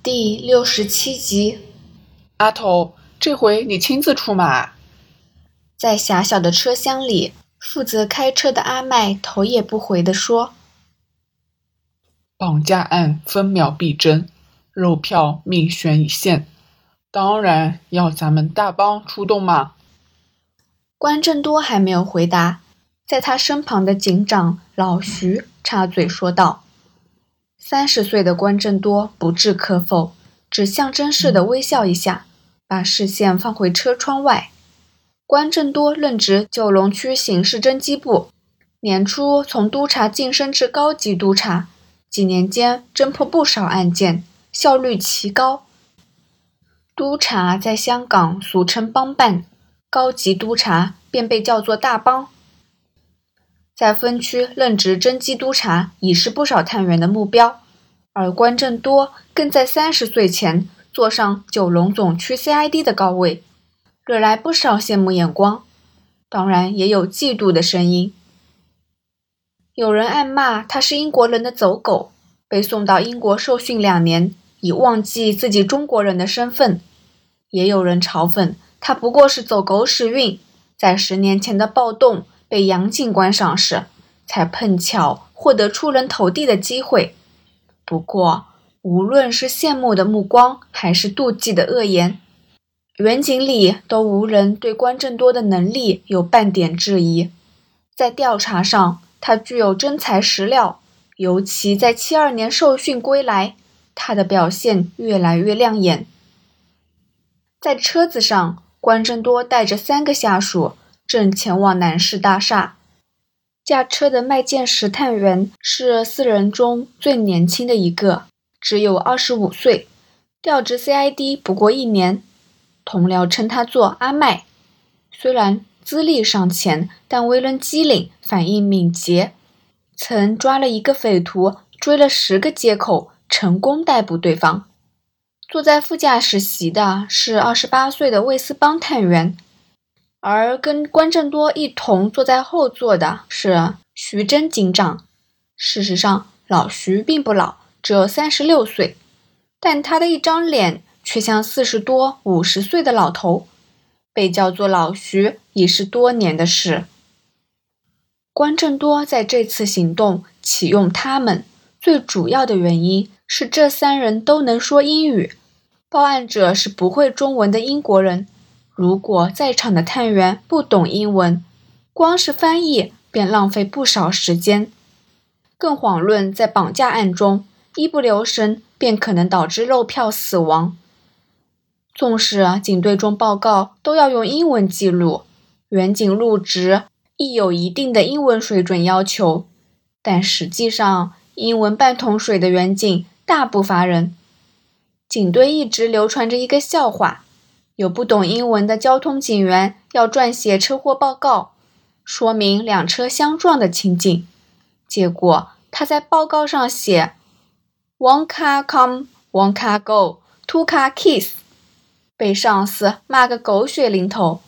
第67集。 阿头，这回你亲自出马。 在狭小的车厢里，负责开车的阿麦头也不回地说： 绑架案分秒必争，肉票命悬一线，当然要咱们大帮出动嘛。 关正多还没有回答，在他身旁的警长老徐插嘴说道。30岁的关正多不置可否，只象征式的微笑一下，把视线放回车窗外。关正多任职九龙区刑事侦缉部，年初从督察晋升至高级督察，几年间侦破不少案件，效率奇高。督察在香港俗称帮办，高级督察便被叫做大帮。在分区任职侦缉督察已是不少探员的目标，而关正多更在30岁前坐上九龙总区 CID 的高位，惹来不少羡慕眼光，当然也有嫉妒的声音。有人暗骂他是英国人的走狗，被送到英国受训2年，已忘记自己中国人的身份，也有人嘲讽他不过是走狗屎运，在10年前的暴动被杨警官赏识，才碰巧获得出人头地的机会。不过无论是羡慕的目光还是妒忌的恶言，远景里都无人对关正多的能力有半点质疑。在调查上他具有真材实料，尤其在72年受训归来，他的表现越来越亮眼。在车子上，关正多带着3个下属正前往南市大厦。驾车的麦建石探员是4人中最年轻的一个，只有25岁，调职 CID 不过1年，同僚称他做阿麦。虽然资历尚浅，但为人机灵，反应敏捷，曾抓了一个匪徒，追了10个街口，成功逮捕对方。坐在副驾驶席的是28岁的魏斯邦探员，而跟关正多一同坐在后座的是徐真警长。事实上，老徐并不老，只有36岁，但他的一张脸却像40多、50岁的老头，被叫做老徐已是多年的事。关正多在这次行动启用他们，最主要的原因是这3人都能说英语，报案者是不会中文的英国人，如果在场的探员不懂英文，光是翻译便浪费不少时间。更遑论在绑架案中，一不留神便可能导致漏票死亡。纵使警队中报告都要用英文记录，远警入职亦有一定的英文水准要求，但实际上英文半桶水的远警大不乏人。警队一直流传着一个笑话，有不懂英文的交通警员要撰写车祸报告，说明2车相撞的情景，结果他在报告上写 One car come, one car go, two car kiss， 被上司骂个狗血淋头。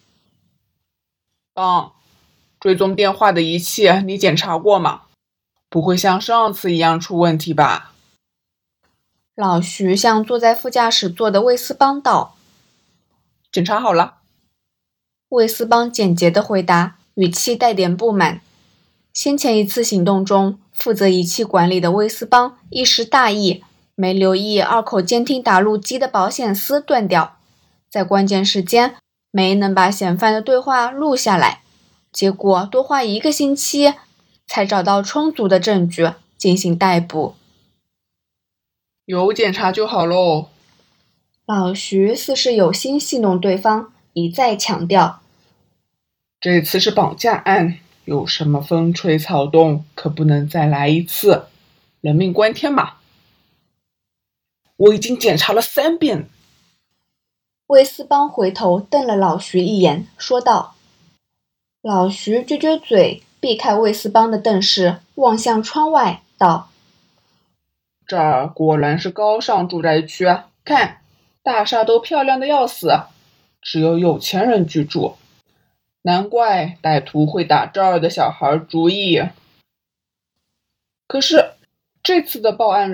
追踪电话的仪器你检查过吗？不会像上次一样出问题吧？ 老徐向坐在副驾驶座的魏斯邦道。 检查好了。 魏斯邦简洁的回答，语气带点不满。先前一次行动中，负责仪器管理的魏斯邦一时大意，没留意2口监听打录机的保险丝断掉，在关键时间没能把嫌犯的对话录下来，结果多花1个星期才找到充足的证据进行逮捕。 有检查就好咯。 老徐似是有心戏弄对方，一再强调， 这次是绑架案，有什么风吹草动可不能再来一次，人命关天嘛。我已经检查了3遍。 魏斯邦回头瞪了老徐一眼，说道。老徐撅撅嘴，避开魏斯邦的瞪视，望向窗外道， 这儿果然是高尚住宅区，看，大厦都漂亮的要死，只有有钱人居住，难怪歹徒会打这儿的小孩主意。可是这次的报案人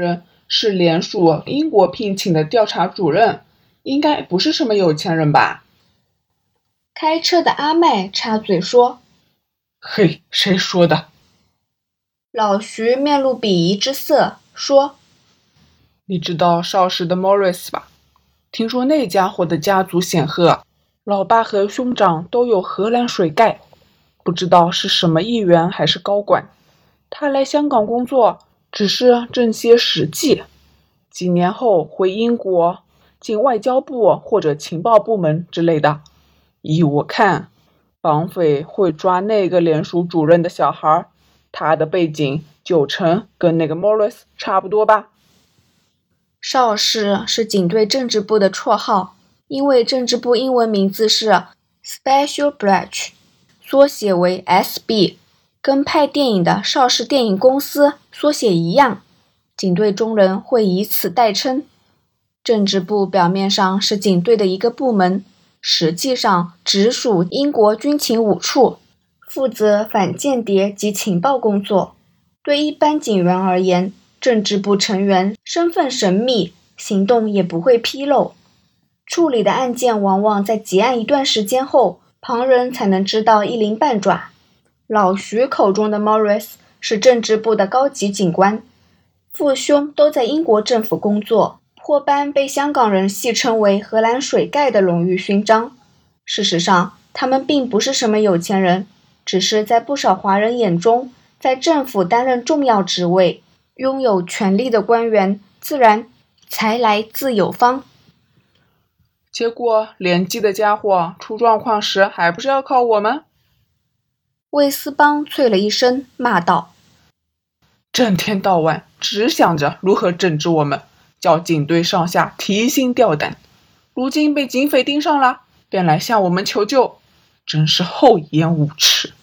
是联署英国聘请的调查主任，应该不是什么有钱人吧？ 开车的阿麦插嘴说。 嘿，谁说的？ 老徐面露鄙夷之色，说： 你知道邵氏的 Morris 吧？听说那家伙的家族显赫，老爸和兄长都有荷兰水盖，不知道是什么议员还是高管。他来香港工作，只是挣些实际，几年后回英国进外交部或者情报部门之类的。依我看，绑匪会抓那个联署主任的小孩，他的背景90%跟那个 Morris 差不多吧。 邵氏是警队政治部的绰号，因为政治部英文名字是 Special Branch， 缩写为 SB， 跟拍电影的邵氏电影公司缩写一样，警队中人会以此代称。政治部表面上是警队的一个部门，实际上直属英国军情5处，负责反间谍及情报工作。对一般警员而言，政治部成员身份神秘，行动也不会披露。处理的案件往往在结案一段时间后，旁人才能知道一鳞半爪。老徐口中的 Morris 是政治部的高级警官，父兄都在英国政府工作，获颁被香港人戏称为荷兰水盖的荣誉勋章。事实上，他们并不是什么有钱人，只是在不少华人眼中，在政府担任重要职位，拥有权力的官员自然财来自有方。 结果联机的家伙出状况时还不是要靠我们？ 魏斯邦啐了一声，骂道： 整天到晚只想着如何整治我们，叫警队上下提心吊胆，如今被警匪盯上了，便来向我们求救，真是厚颜无耻。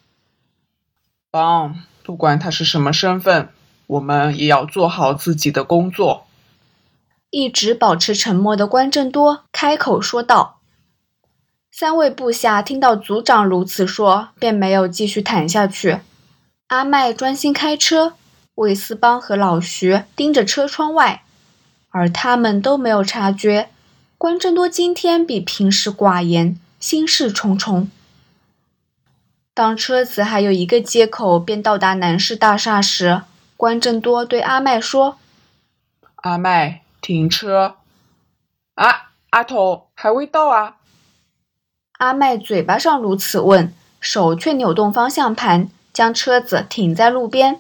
邦，不管他是什么身份，我们也要做好自己的工作。 一直保持沉默的关正多开口说道。三位部下听到组长如此说，便没有继续谈下去。阿麦专心开车，魏斯邦和老徐盯着车窗外，而他们都没有察觉，关正多今天比平时寡言，心事重重。当车子还有1个街口便到达南市大厦时，关正多对阿麦说： 阿麦，停车。啊，阿头，还未到啊？ 阿麦嘴巴上如此问，手却扭动方向盘，将车子停在路边。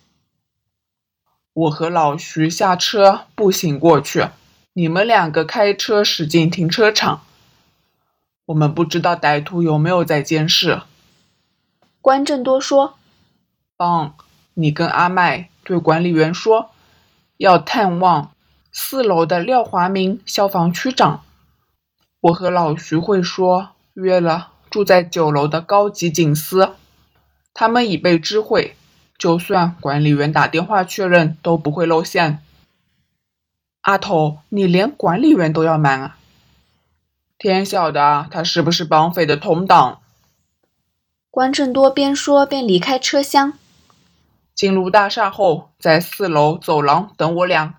我和老徐下车步行过去，你们2个开车驶进停车场。我们不知道歹徒有没有在监视。 关正多说： 邦，你跟阿麦对管理员说，要探望4楼的廖华明消防区长。我和老徐会说，约了住在9楼的高级警司，他们已被知会，就算管理员打电话确认都不会露馅。阿头，你连管理员都要瞒啊？天晓得他是不是绑匪的同党。 关正多边说边离开车厢。 进入大厦后，在4楼走廊等我俩。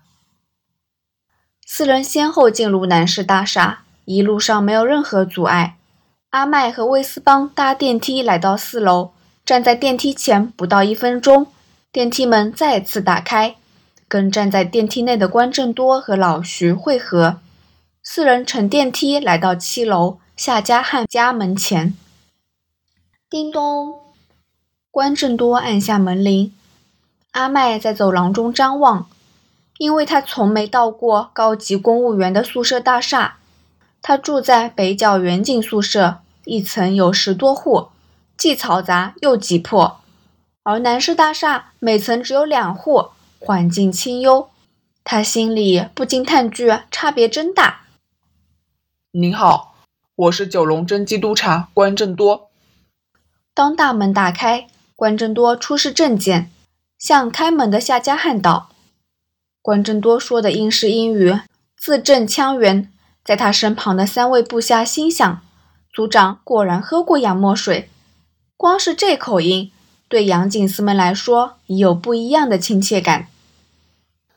4人先后进入南市大厦，一路上没有任何阻碍。阿麦和魏斯邦搭电梯来到4楼，站在电梯前不到1分钟，电梯门再次打开，跟站在电梯内的关正多和老徐会合。4人乘电梯来到7楼夏家汉家门前。叮咚，关正多按下门铃。阿麦在走廊中张望，因为他从没到过高级公务员的宿舍大厦。他住在北角远景宿舍，1层有10多户，既嘈杂又挤迫，而南市大厦每层只有2户，环境清幽。他心里不禁叹句，差别真大。 您好，我是九龙侦缉督察关正多。 当大门打开，关正多出示证件，向开门的夏家汉道。关正多说的英式英语字正腔圆，在他身旁的3位部下心想，组长果然喝过洋墨水，光是这口音对洋警司们来说已有不一样的亲切感。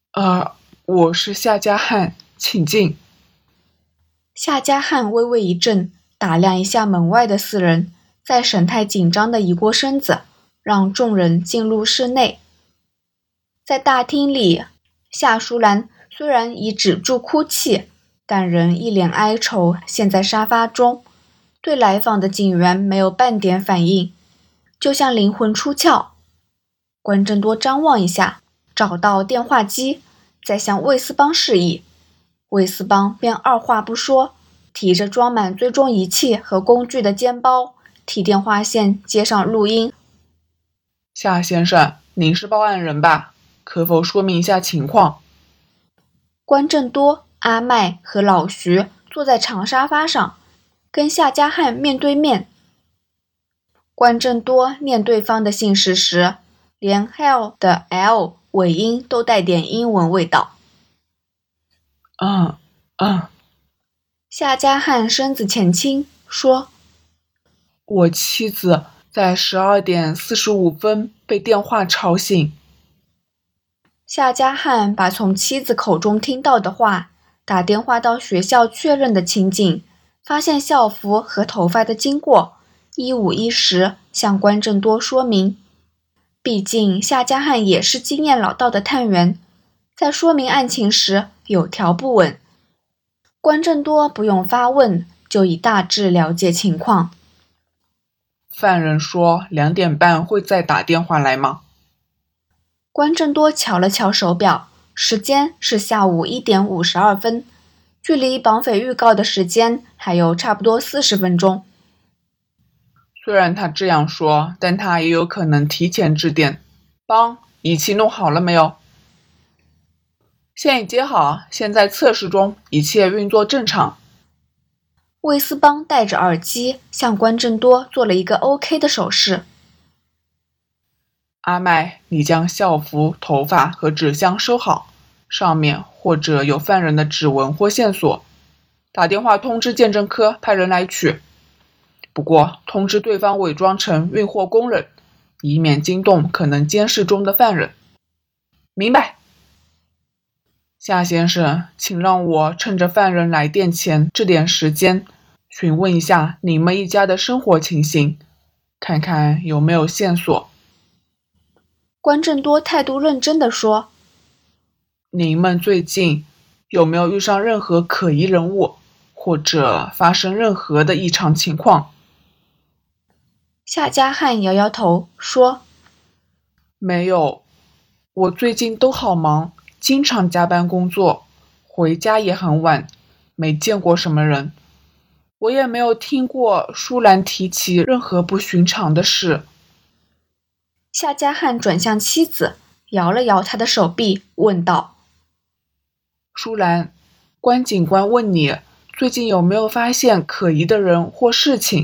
我是夏家汉，请进。 夏家汉微微一震，打量一下门外的四人，再神态紧张地移过身子，让众人进入室内。在大厅里，夏淑兰虽然已止住哭泣，但仍一脸哀愁，陷在沙发中，对来访的警员没有半点反应，就像灵魂出窍。关正多张望一下，找到电话机，再向魏斯邦示意，魏斯邦便二话不说，提着装满追踪仪器和工具的肩包，替电话线接上录音。 夏先生，您是报案人吧？可否说明一下情况？ 关正多、阿麦和老徐坐在长沙发上，跟夏家汉面对面。关正多念对方的姓氏时，连 L 的 L 尾音都带点英文味道。夏家汉身子前倾，说： 我妻子在12点45分被电话吵醒。 夏家汉把从妻子口中听到的话，打电话到学校确认的情景，发现校服和头发的经过，一五一十向关正多说明。毕竟夏家汉也是经验老道的探员，在说明案情时有条不紊。关正多不用发问，就已大致了解情况。 犯人说2点半会再打电话来吗？ 关正多瞧了瞧手表，时间是下午1点52分，距离绑匪预告的时间还有差不多40分钟。 虽然他这样说，但他也有可能提前致电。帮，仪器弄好了没有？现已接好，现在测试中，一切运作正常。 魏斯邦戴着耳机，向关正多做了一个 OK 的手势。 阿麦，你将校服、头发和纸箱收好，上面或者有犯人的指纹或线索。打电话通知鉴证科派人来取。不过，通知对方伪装成运货工人，以免惊动可能监视中的犯人。明白。夏先生，请让我趁着犯人来电前这点时间，询问一下你们一家的生活情形，看看有没有线索。 关正多态度认真地说： 你们最近有没有遇上任何可疑人物，或者发生任何的异常情况？ 夏家汉摇摇头说： 没有，我最近都好忙，经常加班工作，回家也很晚，没见过什么人。我也没有听过舒兰提起任何不寻常的事。 夏家汉转向妻子，摇了摇他的手臂，问道： 舒兰，关警官问你，最近有没有发现可疑的人或事情？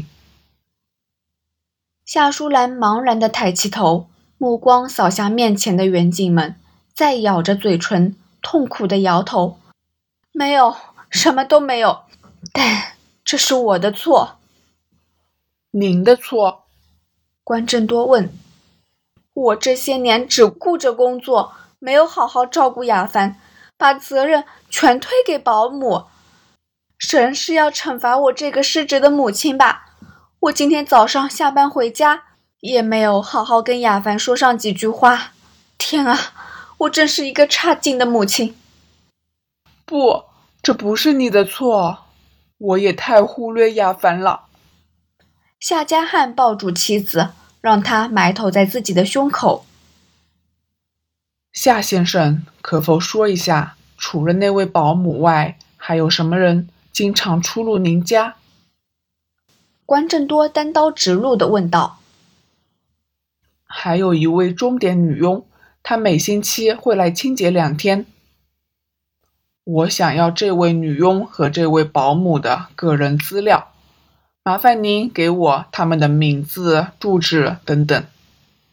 夏淑兰茫然地抬起头，目光扫向面前的员警们，再咬着嘴唇，痛苦地摇头：没有，什么都没有，但这是我的错。 您的错？ 关正多问。我这些年只顾着工作，没有好好照顾雅凡，把责任全推给保姆。神是要惩罚我这个失职的母亲吧？我今天早上下班回家，也没有好好跟雅凡说上几句话。天啊，我真是一个差劲的母亲。 不，这不是你的错，我也太忽略雅凡了。 夏家汉抱住妻子，让她埋头在自己的胸口。 夏先生，可否说一下，除了那位保姆外，还有什么人经常出入您家？ 关正多单刀直入地问道。 还有一位钟点女佣，她每星期会来清洁2天。我想要这位女佣和这位保姆的个人资料，麻烦您给我他们的名字、住址等等。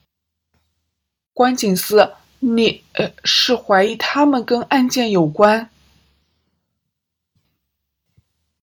关警司，你是怀疑他们跟案件有关？